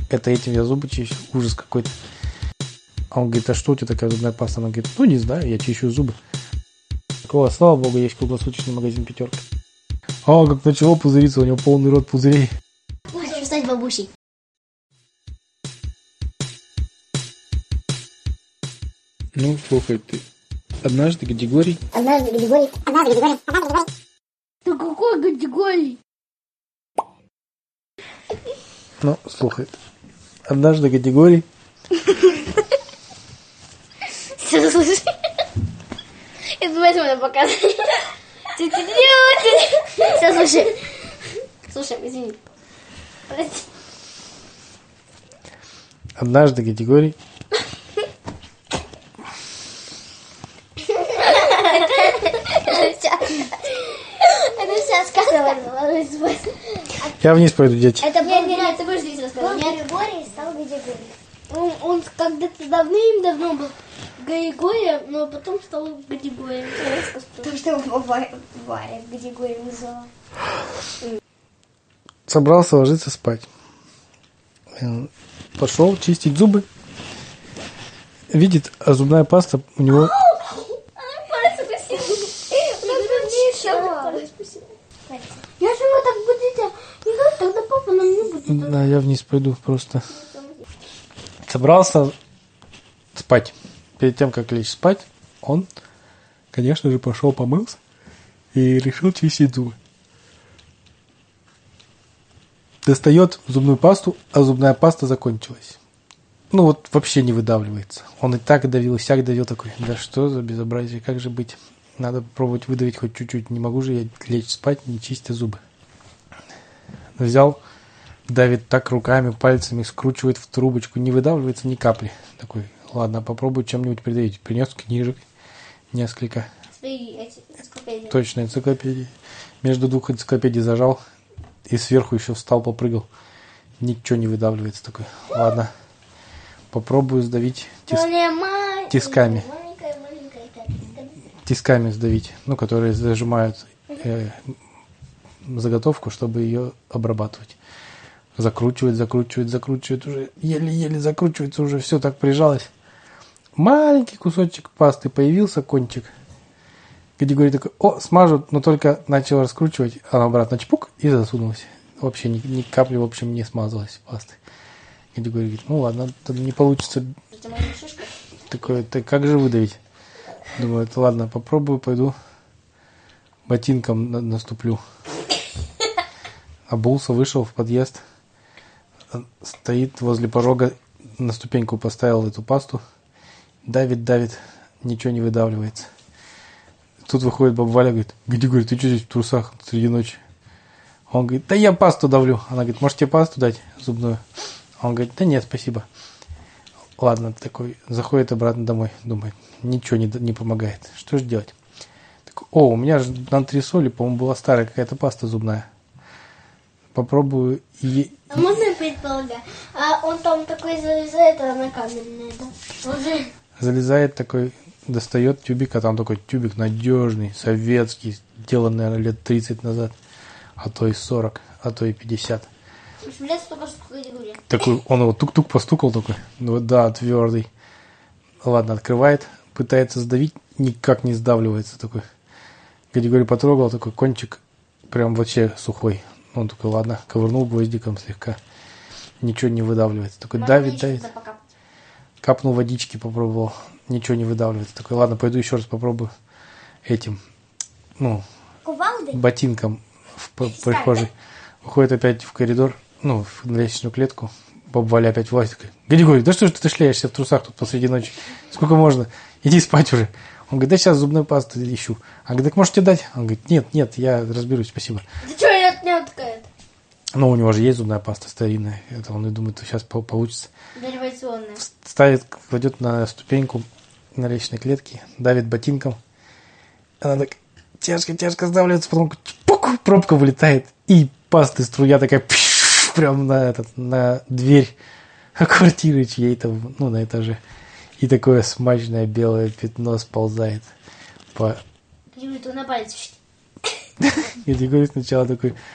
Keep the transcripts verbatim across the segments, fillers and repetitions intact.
это этим я зубы чищу. Ужас какой-то. А он говорит, а что у тебя такая зубная паста? Она говорит, ну не знаю, я чищу зубы. Такого, слава богу, есть круглосуточный магазин «Пятерка». А, как начало пузыриться, у него полный рот пузырей. Хочу стать бабусей. Ну, слушай, ты однажды Гадигорий... Однажды Гадигорий... Однажды Гадигорий... Однажды Гадигорий... Да какой Гадигорий? Ну, слухай, однажды Гадигорий... Все, слушай. Это поэтому я показываю. Все, слушай. Слушай, извини. Прости. Однажды Гадигорий... Это все сказывается. Я вниз пойду, дети. Это нет, нет, нет, ты будешь здесь рассказывать. Григорий стал Гадигорий. Он, он когда-то давным-давно был Григорием, но потом стал Гадигорием. Потому что его Варя Гадигорий вызвала. Собрался ложиться спать. Пошел чистить зубы. Видит, а зубная паста у него... Если вы так будете играть, тогда папа нам не будет. Да, я вниз пойду просто. Собрался спать. Перед тем, как лечь спать, он, конечно же, пошел помылся и решил чистить зубы. Достает зубную пасту, а зубная паста закончилась. Ну вот вообще не выдавливается. Он и так давил, и сяк давил такой. Да что за безобразие, как же быть? Надо попробовать выдавить хоть чуть-чуть. Не могу же я лечь спать, не чистя зубы. Взял, давит так руками, пальцами, скручивает в трубочку. Не выдавливается ни капли. Такой, ладно, попробую чем-нибудь придавить. Принес книжек несколько. Свои эти энциклопедии. Точно, энциклопедии. Между двух энциклопедий зажал. И сверху еще встал, попрыгал. Ничего не выдавливается. Такой, ладно, попробую сдавить тис... тисками. Тисками сдавить, ну, которые зажимают э, заготовку, чтобы ее обрабатывать. Закручивает, закручивает, закручивает, уже еле-еле закручивается, уже все так прижалось. Маленький кусочек пасты появился, кончик. Гадигорий такой, о, смажут, но только начал раскручивать, она обратно чпук и засунулась. Вообще ни, ни капли, в общем, не смазалась пасты. Гадигорий говорит, ну ладно, тогда не получится. Такой, так как же выдавить? Думаю, это ладно, попробую, пойду ботинком на- наступлю. Обулся, вышел в подъезд, стоит возле порога, на ступеньку поставил эту пасту, давит, давит, ничего не выдавливается. Тут выходит баба Валя, говорит, Гадигорий, ты что здесь в трусах среди ночи? Он говорит, да я пасту давлю. Она говорит, может тебе пасту дать зубную? Он говорит, да нет, спасибо. Ладно, такой, заходит обратно домой, думает, ничего не, не помогает. Что же делать? Такой, о, у меня же на антресоли, по-моему, была старая какая-то паста зубная. Попробую и... А можно я предполагаю? А он там такой залезает, а она каменная, да? Он же... Залезает такой, достает тюбик, а там такой тюбик надежный, советский, сделан, наверное, лет тридцать назад, а то и сорок, а то и пятьдесят. Блядь, столько же Гадигория. Такой, он его тук-тук постукал такой, ну да, твердый. Ладно, открывает, пытается сдавить, никак не сдавливается такой. Гадигорий потрогал, такой кончик прям вообще сухой. Он такой, ладно, ковырнул гвоздиком слегка, ничего не выдавливается. Такой, давит, давит. Капнул водички, попробовал, ничего не выдавливается. Такой, ладно, пойду еще раз попробую этим, ну, Кувалдой? ботинком в п- прихожей. Уходит опять в коридор, ну, в лестничную клетку. Баба Валя опять влазит, такой, Гадигорий, да что ж ты шляешься в трусах тут посреди ночи? Сколько можно? Иди спать уже. Он говорит, да сейчас зубную пасту ищу. Она говорит, так может тебе дать? Он говорит, нет, нет, я разберусь, спасибо. Ты что, нет, нет, такая-то? Но у него же есть зубная паста старинная. Это он и думает, что сейчас по- получится. Дореволюционная. Ставит, кладет на ступеньку на лестничной клетке, давит ботинком. Она так тяжко-тяжко сдавливается, потом чпук, пробка вылетает, и пасты струя такая пш, прям на, этот, на дверь квартиры чьей-то, ну, на этаже. И такое смачное белое пятно сползает по... Гадигорий, то на палец. И Гадигорий сначала такой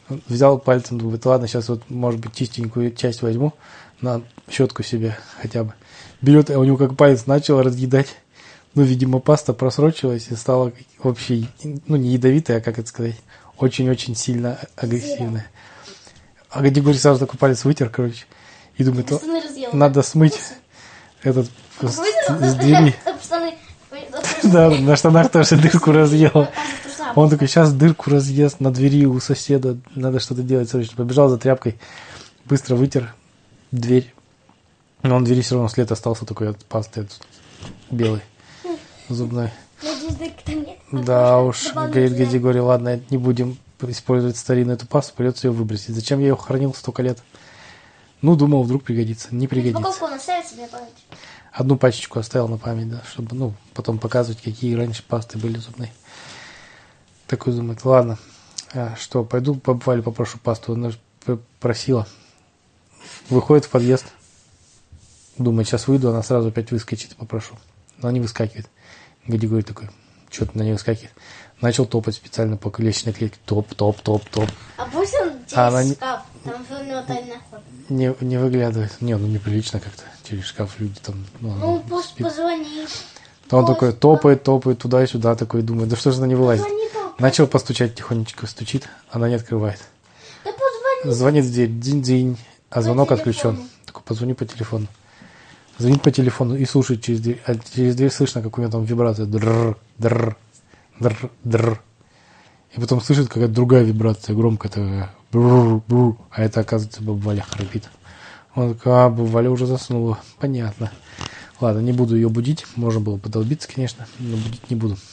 Взял пальцем, думает, ладно, сейчас вот, может быть, чистенькую часть возьму, на щетку себе хотя бы. Берет, а у него как палец начал разъедать. Ну, видимо, паста просрочилась и стала вообще, ну, не ядовитая, а как это сказать, очень-очень сильно агрессивная. А Гадигорий сразу такой палец вытер, короче, и думает, о, надо смыть этот с, с двери. Да, на штанах тоже дырку разъел. Он такой, сейчас дырку разъест на двери у соседа, надо что-то делать срочно. Побежал за тряпкой, быстро вытер дверь. Но он двери все равно след остался такой от пасты белый, зубной. Да уж, говорит Гадигорий, ладно, не будем использовать старинную эту пасту, придется ее выбросить. Зачем я ее хранил столько лет? Ну, думал, вдруг пригодится. Не пригодится. Одну пачечку оставил на память, да, чтобы, ну, потом показывать, какие раньше пасты были зубные. Такой думает, ладно, а, что, пойду по Вале попрошу пасту. Она же просила. Выходит в подъезд. Думает, сейчас выйду, она сразу опять выскочит и попрошу. Но не выскакивает. Гадигорий такой, что ты на ней выскакивает. Начал топать специально по лестничной клетке. Топ, топ, топ, топ. А пусть он через а она шкаф, там же у него тайный ход. Не, не выглядывает. Не, ну неприлично как-то. Через шкаф люди там... Ну, ну пусть спит. Позвони. То он такой топает, топает туда и сюда, такой думает, да что же она не вылазит. Позвони, начал постучать тихонечко, стучит, она не открывает. Да позвони. Звонит в дверь, дзинь-дзинь, а звонок отключен. Такой, позвони по телефону. Звонит по телефону и слушает через дверь. А через дверь слышно, как у него там вибрация. Дрррр, дрррр, дрррр, дрррр. И потом слышит какая-то другая вибрация, громкая такая. Бррр, бррр. А это, оказывается, баба Валя храпит. Он такой, а, баба Валя уже заснула. Понятно. Ладно, не буду ее будить. Можно было подолбиться, конечно, но будить не буду.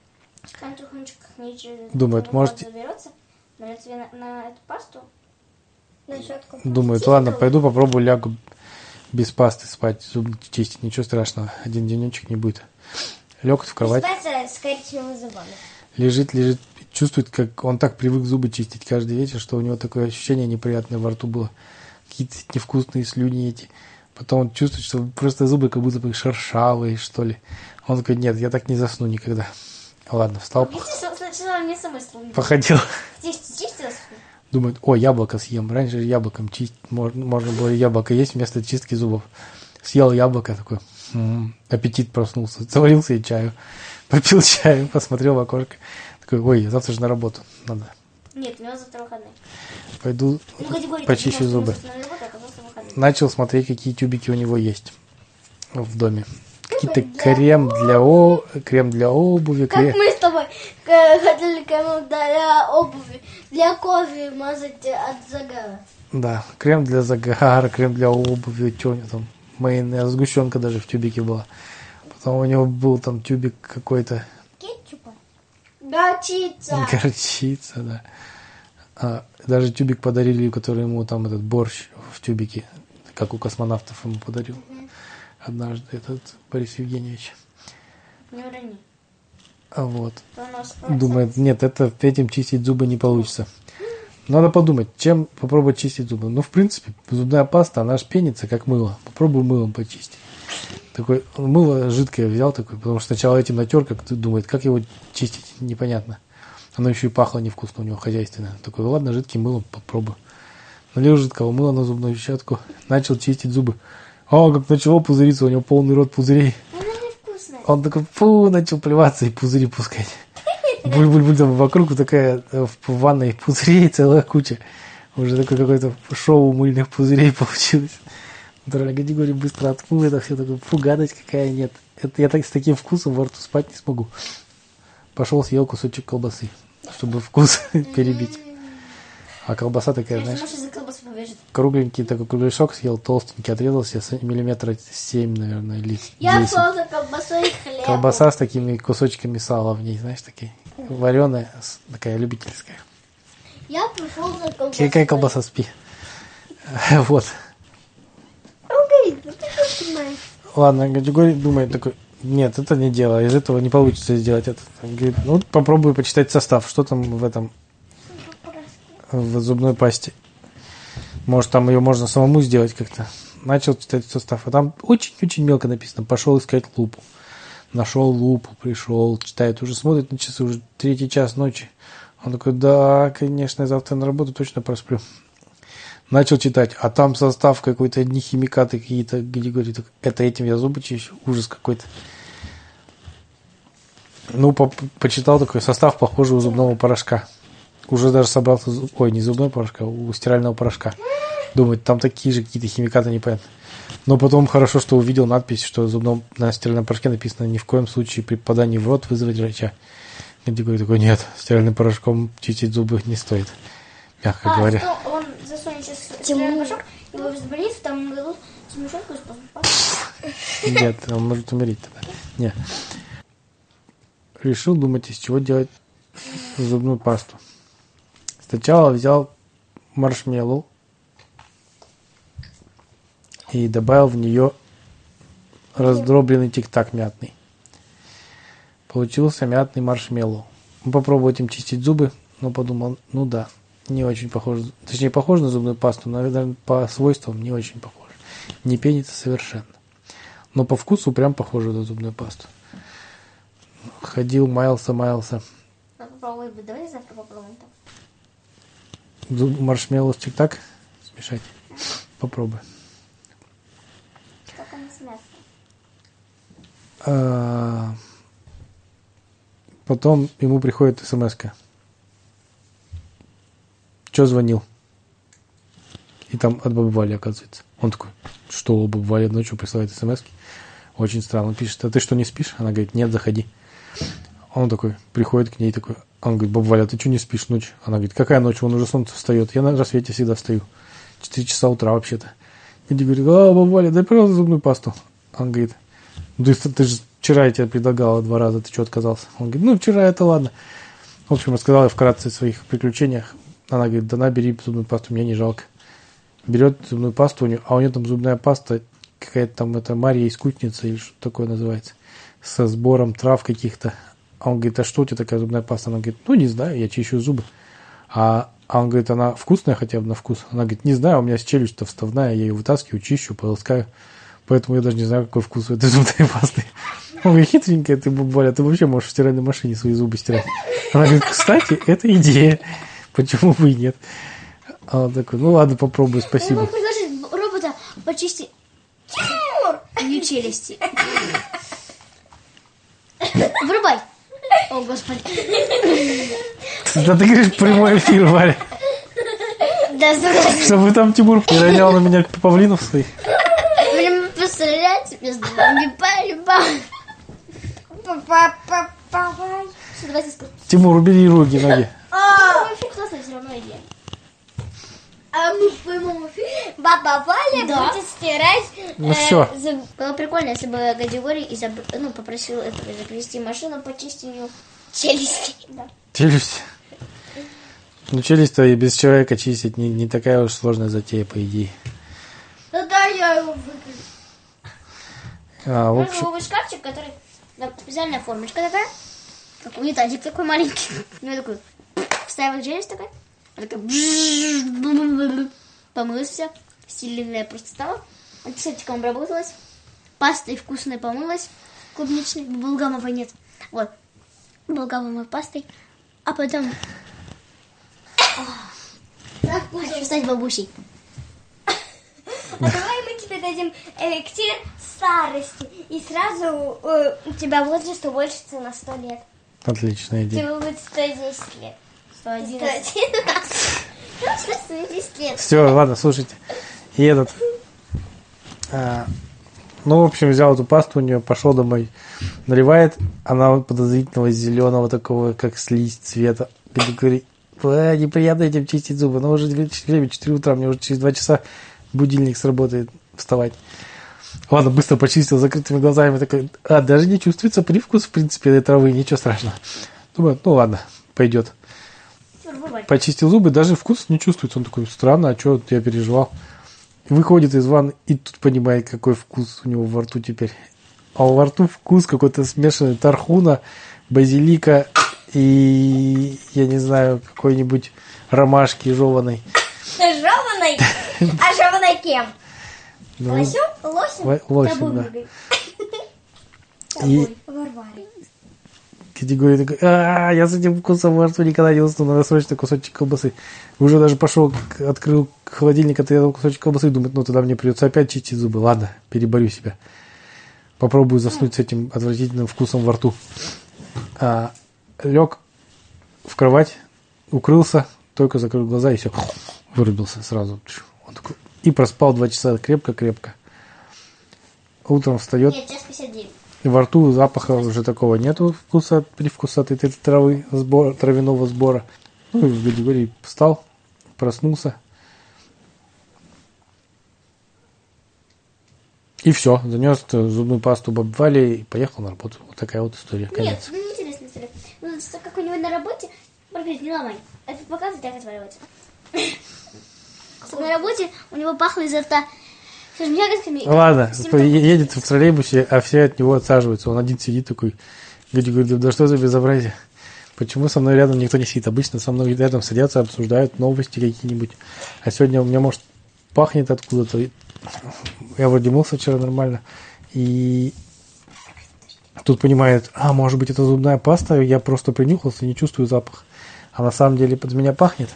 Думает, может... На, на эту пасту? На щетку. Думает, ладно, пойду попробую лягу без пасты спать, зубы чистить, ничего страшного, один денечек не будет. Лег в кровать. С коричневыми зубами. Лежит, лежит, чувствует, как он так привык зубы чистить каждый вечер, что у него такое ощущение неприятное во рту было. Какие-то невкусные слюни эти. Потом он чувствует, что просто зубы как будто бы шершавые, что ли. Он такой, нет, я так не засну никогда. Ладно, встал. Походил. Думает, о, яблоко съем. Раньше яблоком чистить можно, можно было яблоко есть вместо чистки зубов. Съел яблоко, такой, м-м, аппетит проснулся. Заварился и чаю. Попил чаю, посмотрел в окошко. Такой, ой, завтра же на работу надо. Нет, у него завтра выходной. Пойду ну, почищу зубы. Начал смотреть, какие тюбики у него есть в доме. Какие-то крем для, о... крем для обуви. Как крем... мы с тобой хотели крем для обуви, для кожи мазать от загара. Да, крем для загара, крем для обуви, что у него там, майонез, сгущенка даже в тюбике была. Потом у него был там тюбик какой-то. Кетчупа. Горчица. Горчица, да. А, даже тюбик подарили, который ему там этот борщ в тюбике, как у космонавтов ему подарил. Угу. Однажды этот Борис Евгеньевич. Не урони. А вот. Думает, нет, это этим чистить зубы не получится. Надо подумать, чем попробовать чистить зубы. Ну, в принципе, зубная паста, она аж пенится, как мыло. Попробуй мылом почистить. Такой, мыло жидкое взял такой, потому что сначала этим натер, как ты думает, как его чистить, непонятно. Оно еще и пахло невкусно у него, хозяйственное. Такой, ладно, жидким мылом попробуй. Налил жидкого мыла на зубную щетку, начал чистить зубы. А, как начало пузыриться, у него полный рот пузырей. Она невкусная. Он такой, фу, начал плеваться и пузыри пускать. Буль-буль-буль, там вокруг такая в ванной пузырей целая куча. Уже такое какое-то шоу мыльных пузырей получилось. Натурально Гадигорий быстро отмыл это все, такой, фу, гадость какая, нет. Это я так с таким вкусом во рту спать не смогу. Пошел, съел кусочек колбасы, чтобы вкус перебить. А колбаса такая, знаешь, кругленький такой кругляшок съел, толстенький, отрезался с миллиметра семь, наверное, или десять. Я шел за колбасой и хлебом. Колбаса с такими кусочками сала в ней, знаешь, такие, вареная, такая любительская. Я пришел за колбасой. Какая колбаса, спи. Вот. Ладно, Гадигорий думает такой, нет, это не дело, из этого не получится сделать это. Он говорит, ну, попробую почитать состав, что там в этом, в зубной пасте. Может, там ее можно самому сделать как-то. Начал читать состав, а там очень-очень мелко написано. Пошел искать лупу. Нашел лупу, пришел, читает, уже смотрит на часы, уже третий час ночи. Он такой, да, конечно, я завтра на работу точно просплю. Начал читать, а там состав какой-то, одни химикаты какие-то, где говорит, это этим я зубы чищу, ужас какой-то. Ну, по почитал такой состав, похожий у зубного порошка. Уже даже собрался, ой, не зубного порошка, у стирального порошка. Думает, там такие же какие-то химикаты, непонятно. Но потом хорошо, что увидел надпись, что зубном, на стиральном порошке написано ни в коем случае при попадании в рот вызвать врача. Где говорит такой, нет, стиральным порошком чистить зубы не стоит, мягко а, говоря. Что он засунет сейчас стиральный порошок, и вы в больницу, там ему дадут смешочку из пасту. Нет, он может умереть тогда. Нет. Решил думать, из чего делать зубную пасту. Сначала взял маршмеллоу и добавил в нее раздробленный тик-так мятный. Получился мятный маршмеллоу. Попробовал этим чистить зубы, но подумал, ну да, не очень похож. Точнее, похож на зубную пасту, но, наверное, по свойствам не очень похож. Не пенится совершенно. Но по вкусу прям похоже на зубную пасту. Ходил, маялся, маялся. Попробуй, давай завтра попробуем там. Зуб, маршмеллоу с тик-так смешать. Попробуй. Только не с мясом. А, потом ему приходит смс-ка. Че звонил? И там от бабы Вали, оказывается. Он такой, что баба Валя ночью присылает смс-ки? Очень странно. Он пишет, а ты что, не спишь? Она говорит, нет, заходи. Он такой, приходит к ней такой, он говорит, баба Валя, ты что не спишь ночью? Она говорит, какая ночь? Вон уже солнце встает. Я на рассвете всегда встаю. Четыре часа утра вообще-то. И говорит, а, баба Валя, дай, пожалуйста, зубную пасту. Он говорит, ты, ты же вчера я тебе предлагала два раза, ты что отказался? Он говорит, ну, вчера это ладно. В общем, рассказала вкратце о своих приключениях. Она говорит, да на, бери зубную пасту, мне не жалко. Берет зубную пасту у нее, а у нее там зубная паста, какая-то там, это Марья искусница, или что такое называется, со сбором трав каких-то. А он говорит, а что у тебя такая зубная паста? Она говорит, ну, не знаю, я чищу зубы. А, а он говорит, она вкусная хотя бы на вкус? Она говорит, не знаю, у меня челюсть-то вставная, я ее вытаскиваю, чищу, полоскаю. Поэтому я даже не знаю, какой вкус у этой зубной пасты. Он говорит, хитренькая ты, бабуля, ты вообще можешь в стиральной машине свои зубы стирать. Она говорит, кстати, это идея. Почему бы и нет? А он такой, ну ладно, попробую, спасибо. Я могу предложить робота почистить ее челюсти. Вырубай. О, Господи. Да ты говоришь, прямой эфир, Валя. Да, здравствуйте. Чтобы там Тимур не ронял на меня павлинов своих. Блин, представляете, без ноги по-любому. Давайте скажем. Тимур, убери руки, ноги. Вообще классная все равно идея. А мы в прямом эфире Баба Валя Да. будет стирать. Ну все. Было прикольно, если бы Гадигорий изоб... ну, попросил этого завести машину по чистению челюсти. Да. Челюсть. Ну, челюсть-то и без человека чистить не, не такая уж сложная затея, по идее. Ну да, я его выключу. А, в Можно общем, был шкафчик, который... Там специальная формочка такая. Как унитазик такой маленький. Ну, я такой... Вставила челюсть такая. Она такая... Помылась вся. Стильная просто стала. Антисептиком обработалась. Пастой вкусной помылась. Клубничной. Булгамовой нет. Вот. Булгамовой пастой. А потом... Хочу стать бабусей. А давай мы тебе дадим эликсир старости. И сразу э, у тебя возраст увеличится на сто лет. отличная идея. Тебе будет сто десять лет. сто одиннадцать. сто десять лет. Все, ладно, слушайте. И этот... а, ну, в общем, взял эту пасту у нее, пошел домой, наливает, она вот подозрительного зеленого такого, как слизь цвета. И говорит, «А, неприятно этим чистить зубы, но уже время четыре утра, мне уже через два часа будильник сработает вставать». Ладно, быстро почистил закрытыми глазами, такой, а, даже не чувствуется привкус, в принципе, этой травы, ничего страшного. Думаю, ну ладно, пойдет. Почистил зубы, даже вкус не чувствуется. Он такой, странно, а что я переживал? Выходит из ванны и тут понимает, какой вкус у него во рту теперь. А во рту вкус какой-то смешанный тархуна, базилика и, я не знаю, какой-нибудь ромашки жеваной. Жеваной? А жеваной кем? Ну, Лосем? Лосем? л- лосем, да. И Варварой. Категория такой, а я с этим вкусом во рту никогда не усну, надо срочно кусочек колбасы. Уже даже пошел, открыл холодильник, отрезал кусочек колбасы и думает, ну тогда мне придется опять чистить зубы. Ладно, переборю себя. Попробую заснуть с этим отвратительным вкусом во рту. А, лег в кровать, укрылся, только закрыл глаза и все, вырубился сразу. Он такой, и проспал два часа крепко-крепко. Утром встает. Нет, час пятьдесят девять. Во рту запаха уже такого нету, вкуса, привкуса от этой травы, сбора, травяного сбора. Ну и в категории встал, проснулся. И все, занес зубную пасту Бабе Вале и поехал на работу. Вот такая вот история. Конец. Нет, ну интересная история. Ну, что как у него на работе, профиль не ломай. Это показывает, как отваливается. На работе у него пахло изо рта ягодками. Ладно, едет в троллейбусе, а все от него отсаживаются. Он один сидит такой, говорит, да что за безобразие? Почему со мной рядом никто не сидит? Обычно со мной рядом садятся, обсуждают новости какие-нибудь. А сегодня у меня, может, пахнет откуда-то. Я вроде мылся вчера нормально. И тут понимает, а, может быть, это зубная паста, я просто принюхался и не чувствую запах. А на самом деле под меня пахнет.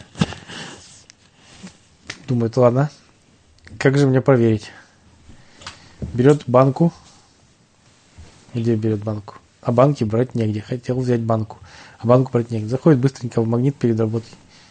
Думает, ладно, как же мне проверить? Берет банку. Где берет банку? А банки брать негде. Хотел взять банку. А банку брать негде. Заходит быстренько в Магнит перед работой.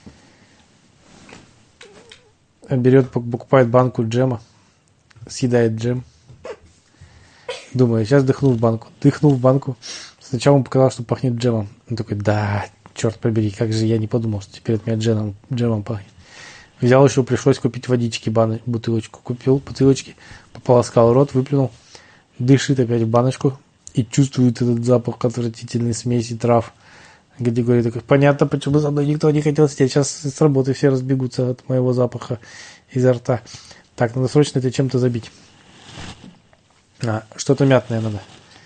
Берет, покупает банку джема. Съедает джем. Думаю, сейчас дыхну в банку. Дыхнул в банку. Сначала ему показалось, что пахнет джемом. Он такой, да, черт побери, как же я не подумал, что теперь от меня джемом, джемом пахнет. Взял еще, пришлось купить водички, баны, бутылочку. Купил бутылочки, пополоскал рот, выплюнул. Дышит опять в баночку и чувствует этот запах отвратительной смеси трав. Категория такой, понятно, почему со мной никто не хотел сидеть. Сейчас с работы все разбегутся от моего запаха изо рта. Так, надо срочно это чем-то забить. А, что-то мятное надо.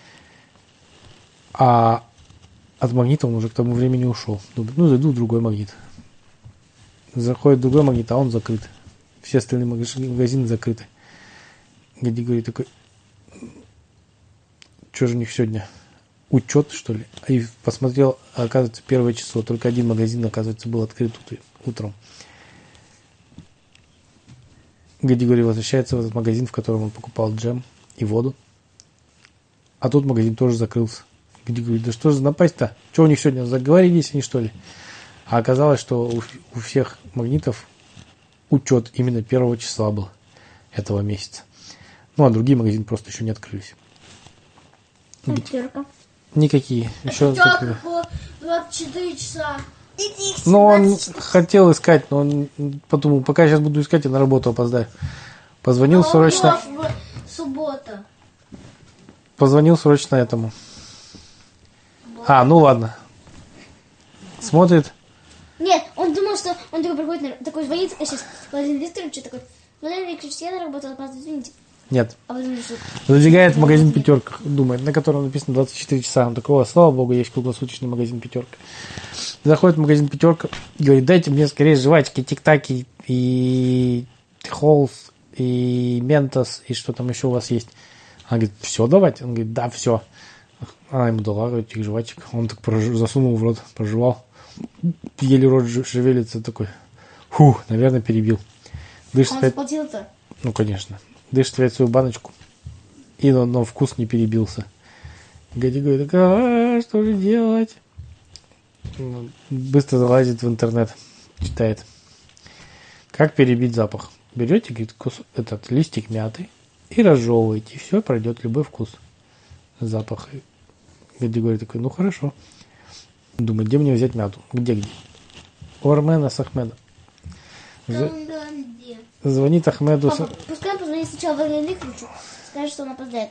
А от Магнита он уже к тому времени ушел. Думает, ну, зайду в другой Магнит. Заходит в другой Магнит, а он закрыт. Все остальные магазины закрыты. Категория такой, что же у них сегодня? Учет, что ли? И посмотрел, оказывается, первое число. Только один магазин, оказывается, был открыт утром. Категория возвращается в этот магазин, в котором он покупал джем и воду. А тут магазин тоже закрылся. Категория, да что же за напасть-то? Что у них сегодня, заговорились они, что ли? А оказалось, что у, у всех магнитов учет именно первого числа был этого месяца. Ну, а другие магазины просто еще не открылись. Пятерка. Никакие. Еще Пятерка было двадцать четыре часа. Но он хотел искать, но он подумал, пока я сейчас буду искать, я на работу опоздаю. Позвонил а срочно. Суббота. Позвонил срочно этому. А, ну ладно. Смотрит. Нет, он думал, что он такой приходит, такой звонит, а сейчас Владимир Викторович такой, Владимир Викторович, я на работу опаздываю, извините. Нет. А Владимир Викторович... Забегает в магазин «Пятерка», думает, на котором написано двадцать четыре часа. Он такой, слава богу, есть круглосуточный магазин «Пятерка». Заходит в магазин «Пятерка», говорит, дайте мне скорее жвачки, тик-таки и Холс, и Ментос, и что там еще у вас есть. Она говорит, все давать? Он говорит, да, все. Она ему дала этих жвачек. Он так прожив... засунул в рот, прожевал. Еле рот шевелится такой. Фу, наверное, перебил. Дышит Он опять... заплатил-то? Ну, конечно. Дышит опять свою баночку. И но, но вкус не перебился. Гади говорит, а, что же делать? Быстро залазит в интернет. Читает. Как перебить запах? Берете, говорит, кус... этот листик мяты и разжевываете. И все, пройдет любой вкус. Запах. Гади говорит такой, ну хорошо. Думает, где мне взять мяту? Где-где? У Армена с Ахмеда. З... Звонит Ахмеду. Папа, пускай он позвонит сначала Владимиру Викторовичу, скажет, что он опоздает.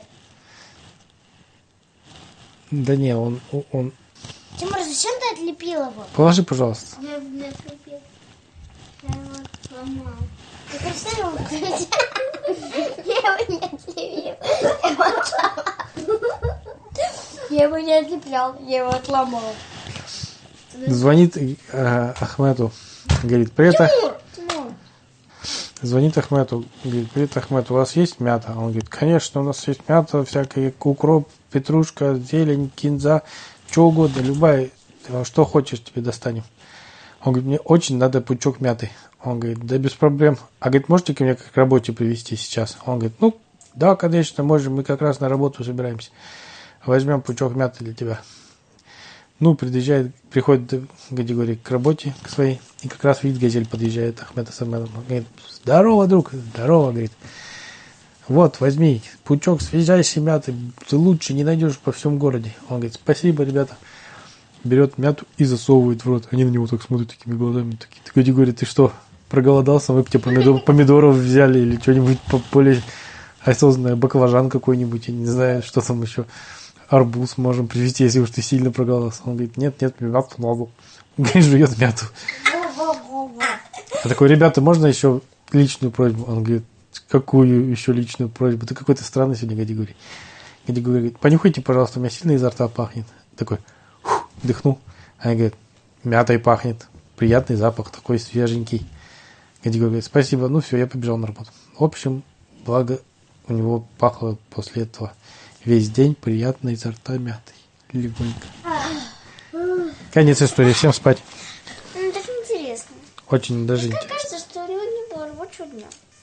Да не, он... он... Тимур, зачем ты отлепил его? Положи, пожалуйста. Я его не отлепил. Я его сломал. Ты представил его? Я его не отлепил. Я его отломал. Я его не отлеплял, я его отломал. Звонит э, Ахмету, говорит, привет, Тимур! Тимур! Звонит Ахмету, говорит, привет, Ахмет, у вас есть мята? Он говорит, конечно, у нас есть мята, всякая укроп, петрушка, зелень, кинза, что угодно, любая, что хочешь, тебе достанем. Он говорит, мне очень надо пучок мяты. Он говорит, да без проблем. А говорит, можете ко мне к работе привезти сейчас? Он говорит, ну, да, конечно, можем, мы как раз на работу собираемся. Возьмем пучок мяты для тебя. Ну, приезжает, приходит, говорит, к работе, к своей, и как раз видит, газель подъезжает, Ахмед Асамедов. Он говорит, здорово, друг, здорово, говорит. Вот, возьми, пучок свежайшей мяты, ты лучше не найдешь по всем городе. Он говорит, спасибо, ребята. Берет мяту и засовывает в рот. Они на него так смотрят такими глазами. Такие. Ты говорит, ты что, проголодался? Мы бы тебе помидор, помидоров взяли или что-нибудь более осознанное, баклажан какой-нибудь, я не знаю, что там еще. Арбуз можем привезти, если уж ты сильно проголодался. Он говорит, нет, нет, мне мяту надо. Говорит, жует мяту. Я такой, ребята, можно еще личную просьбу? Он говорит, какую еще личную просьбу? Ты какой-то странный сегодня, Гади говорит. Гади говорит, понюхайте, пожалуйста, у меня сильно изо рта пахнет. Такой, фух, вдохнул. Она говорит, мятой пахнет. Приятный запах, такой свеженький. Гади говорит, спасибо, ну все, я побежал на работу. В общем, благо у него пахло после этого весь день приятно изо рта мятой. Легонько. Конец истории. Всем спать. Ну, так интересно. Очень даже Мне интересно. кажется, что люди не было рабочего дня.